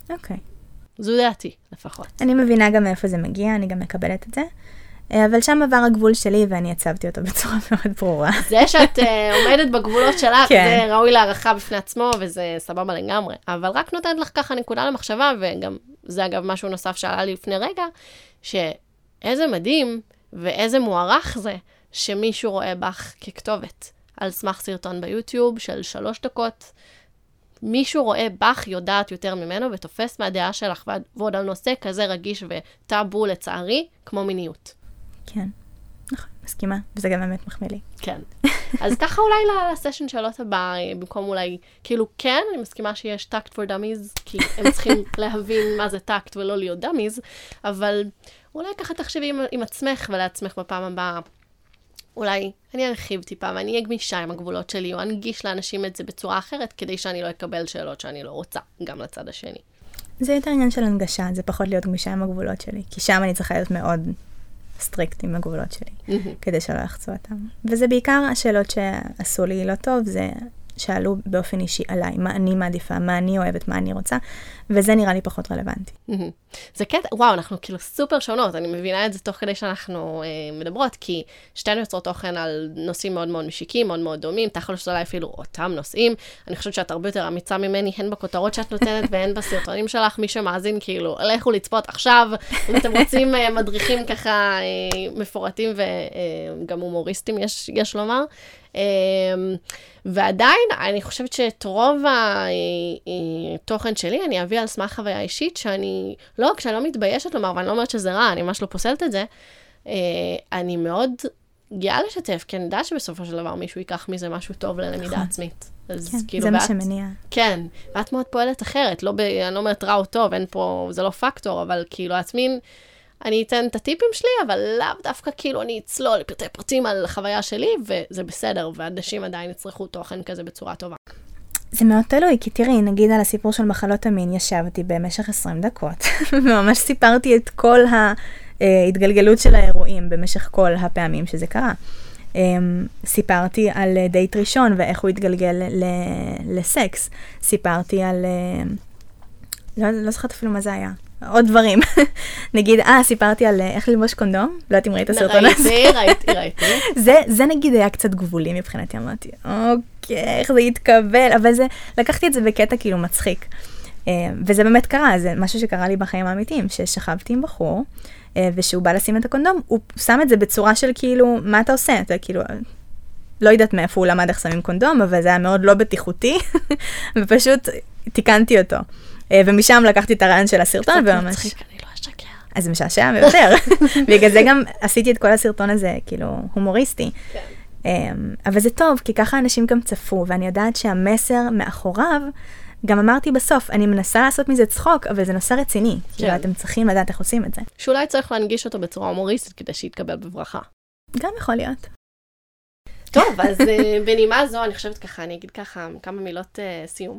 אוקיי. זו דעתי, לפחות. אני מבינה גם מאיפה זה מגיע, אני גם מקבלת את זה. אבל שם עבר הגבול שלי, ואני הצבתי אותו בצורה מאוד ברורה. זה שאת uh, עומדת בגבולות שלך, כן. זה ראוי להערכה בפני עצמו, וזה סבבה לגמרי. אבל רק נותנת לך ככה נקודה למחשבה, וגם זה אגב משהו נוסף שעלה לי לפני רגע, שאיזה מדהים ואיזה מוערך זה, שמישהו רואה בך ככתובת, על סמך סרטון ביוטיוב של שלוש דקות, מישהו רואה בך, יודעת יותר ממנו, ותופס מהדעה שלך, ועוד על נושא כזה רגיש וטאבו לצערי, כמו מיניות. כן, נכון, מסכימה, וזה גם באמת מחמיא לי. כן. אז ככה אולי לסשן שאלות הבא, במקום אולי, כאילו כן, אני מסכימה שיש טקט for dummies, כי הם צריכים להבין מה זה טקט ולא להיות dummies, אבל אולי ככה תחשבי עם, עם עצמך ולעצמך בפעם הבאה, אולי אני ארחיב טיפה ואני אהיה גמישה עם הגבולות שלי, או אנגיש לאנשים את זה בצורה אחרת, כדי שאני לא אקבל שאלות שאני לא רוצה, גם לצד השני. זה יותר עניין של הנגשה, זה פחות להיות גמישה עם הגבולות שלי, כי שם אני צריכה להיות מאוד סטריקט עם הגבולות שלי, mm-hmm. כדי שלא יחצו אותם. וזה בעיקר השאלות שעשו לי לא טוב, זה שאלו באופן אישי עליי, מה אני מעדיפה, מה אני אוהבת, מה אני רוצה, וזה נראה לי פחות רלוונטי. Mm-hmm. זה קטע, וואו, אנחנו כאילו סופר שונות, אני מבינה את זה תוך כדי שאנחנו אה, מדברות, כי שתינו יוצרות תוכן על נושאים מאוד מאוד משיקים, מאוד מאוד דומים, תכל'ס אולי אפילו אותם נושאים, אני חושבת שאת הרבה יותר אמיצה ממני, הן בכותרות שאת נותנת, והן בסרטונים שלך, מי שמאזין כאילו, לכו לצפות עכשיו, אם אתם רוצים אה, מדריכים ככה אה, מפורטים וגם אה, הומוריסטים, יש, יש לומר, Um, ועדיין, אני חושבת שאת רוב התוכן שלי, אני אביא על סמך חוויה אישית, שאני, לא, כשאני לא מתביישת לומר, ואני לא אומרת שזה רע, אני ממש לא פוסלת את זה, uh, אני מאוד גאה לשתף, כי אני יודעת שבסופו של דבר מישהו ייקח מזה משהו טוב ללמידה עצמית. אז כן, כאילו, זה ואת, מה שמניע. כן, ואת מאוד פועלת אחרת, לא ב, אני לא אומרת רע או טוב, אין פה, זה לא פקטור, אבל כאילו עצמין, אני אתן את הטיפים שלי, אבל לאו דווקא כאילו אני אצלול לפרטי פרטים על החוויה שלי, וזה בסדר, ואנשים עדיין יצרכו תוכן כזה בצורה טובה. זה מאוד תלוי, כי תראי, נגיד על הסיפור של מחלות המין, ישבתי במשך עשרים דקות, וממש סיפרתי את כל ההתגלגלות של האירועים, במשך כל הפעמים שזה קרה. סיפרתי על דייט ראשון, ואיך הוא התגלגל לסקס. סיפרתי על, לא, לא זוכרת אפילו מה זה היה. עוד דברים. נגיד, אה, סיפרתי על איך ללבוש קונדום, לא יודעת אם ראית הסרטון הזה. ראיתי, ראיתי, ראיתי. זה, זה נגיד היה קצת גבולי מבחינתי, אמרתי, אוקיי, איך זה יתקבל, אבל זה, לקחתי את זה בקטע כאילו מצחיק. וזה באמת קרה, זה משהו שקרה לי בחיים האמיתיים, ששכבתי עם בחור, ושהוא בא לשים את הקונדום, הוא שם את זה בצורה של כאילו, מה אתה עושה? אתה כאילו, לא יודעת מאיפה הוא למד איך שמים קונדום, אבל זה היה מאוד לא בטיחותי, ופשוט תיקנתי אותו. ומשם לקחתי את הרעיון של הסרטון, וממש... מצחיק, אני לא אשקר. אז זה משעשע ביותר. בגלל זה גם עשיתי את כל הסרטון הזה, כאילו, הומוריסטי. אבל זה טוב, כי ככה אנשים גם צפו, ואני יודעת שהמסר מאחוריו, גם אמרתי בסוף, אני מנסה לעשות מזה צחוק, אבל זה נושא רציני. כאילו, אתם צריכים לדעת איך עושים את זה. שאולי צריך להנגיש אותו בצורה הומוריסטית, כדי שיתקבל בברכה. גם יכול להיות. טוב, אז בנימה זו, אני חושבת ככה, אני אגיד ככה, כמה מילות סיום.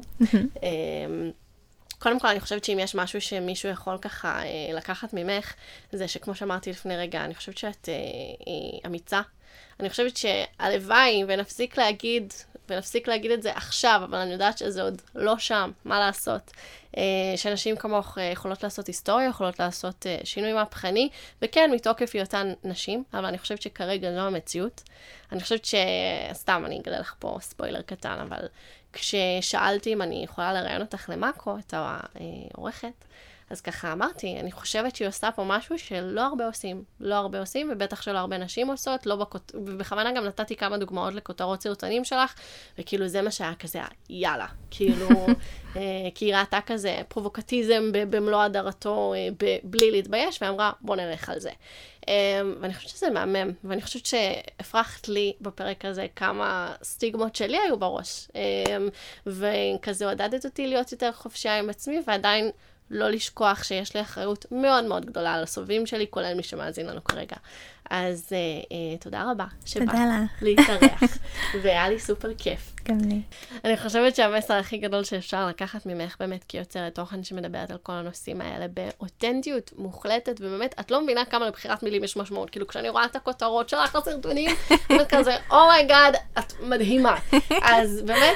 קודם כל, אני חושבת שאם יש משהו שמישהו יכול ככה אה, לקחת ממך, זה שכמו שאמרתי לפני רגע, אני חושבת שאת אה, אה, אמיצה. אני חושבת שהלוואי, ונפסיק להגיד, ונפסיק להגיד את זה עכשיו, אבל אני יודעת שזה עוד לא שם, מה לעשות. אה, שאנשים כמוך אה, יכולות לעשות היסטוריה, יכולות לעשות אה, שינוי מהפכני, וכן, מתוקף היותן נשים, אבל אני חושבת שכרגע לא המציאות. אני חושבת שסתם, אני אגלה לך פה ספוילר קטן, אבל... כששאלתי אם אני יכולה לראיין אותך למאקו, את העורכת, אז ככה אמרתי, אני חושבת שהיא עושה פה משהו שלא הרבה עושים. לא הרבה עושים, ובטח שלא הרבה נשים עושות, לא בכות... ובכוונה גם נתתי כמה דוגמאות לכותרות סרטונים שלך, וכאילו זה מה שהיה כזה, יאללה. כאילו, אה, כי היא ראתה כזה פרובוקטיזם במלוא הדרתו, אה, בלי להתבייש, ואמרה, בוא נלך על זה. ואני חושבת שזה מהמם, ואני חושבת שהפרחת לי בפרק הזה כמה סטיגמות שלי היו בראש, וכזה עודדת אותי להיות יותר חופשייה עם עצמי, ועדיין לא לשכוח שיש לי אחריות מאוד מאוד גדולה על הסובבים שלי, כולל מי שמאזין לנו כרגע. אז אה, תודה רבה שבאת להתארח, והיה לי סופר כיף. גם לי. אני חושבת שהמסר הכי גדול שאפשר לקחת ממך באמת כיוצרת תוכן שמדברת על כל הנושאים האלה באותנטיות מוחלטת, ובאמת את לא מבינה כמה לבחירת מילים יש משמעות, כאילו כשאני רואה את הכותרות שלך לסרטונים, אני כזה, אומייגאד, את מדהימה. אז באמת,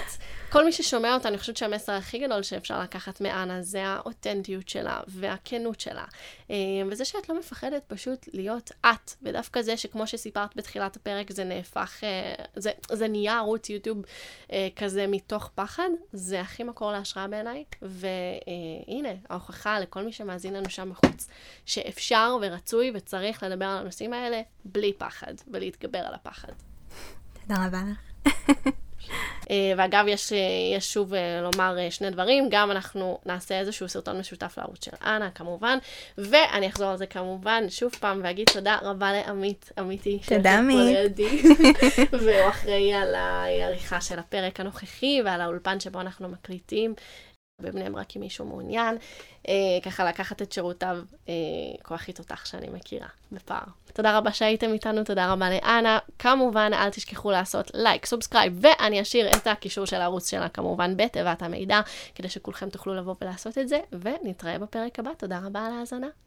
כל מי ששומע אותה, אני חושבת שהמסר הכי גדול שאפשר לקחת מאנה, זה האותנטיות שלה והכנות שלה. וזה שאת לא מפחדת פשוט להיות את, ודווקא זה שכמו שסיפרת בתחילת הפרק, זה נהפך, זה, זה נהיה ערוץ יוטיוב כזה מתוך פחד, זה הכי מקור להשראה בעיניי, והנה, ההוכחה לכל מי שמאזין לנו שם בחוץ, שאפשר ורצוי וצריך לדבר על הנושאים האלה בלי פחד, ולהתגבר על הפחד. תודה רבה לך. ואגב, יש, יש שוב לומר שני דברים, גם אנחנו נעשה איזשהו סרטון משותף לערוץ של אנה, כמובן, ואני אחזור על זה כמובן, שוב פעם, ואגיד תודה רבה לעמית, עמיתי, תודה עמית. והוא אחראי על העריכה של הפרק הנוכחי, ועל האולפן שבו אנחנו מקליטים, בבני ברק אם מישהו מעוניין, אה, ככה לקחת את שירותיו אה, כוחית אותך שאני מכירה בפער. תודה רבה שהייתם איתנו, תודה רבה לאנה, כמובן אל תשכחו לעשות לייק, סובסקרייב, ואני אשאיר את הקישור של הערוץ שלה כמובן בתיבת המידע, כדי שכולכם תוכלו לבוא ולעשות את זה, ונתראה בפרק הבא, תודה רבה על ההאזנה.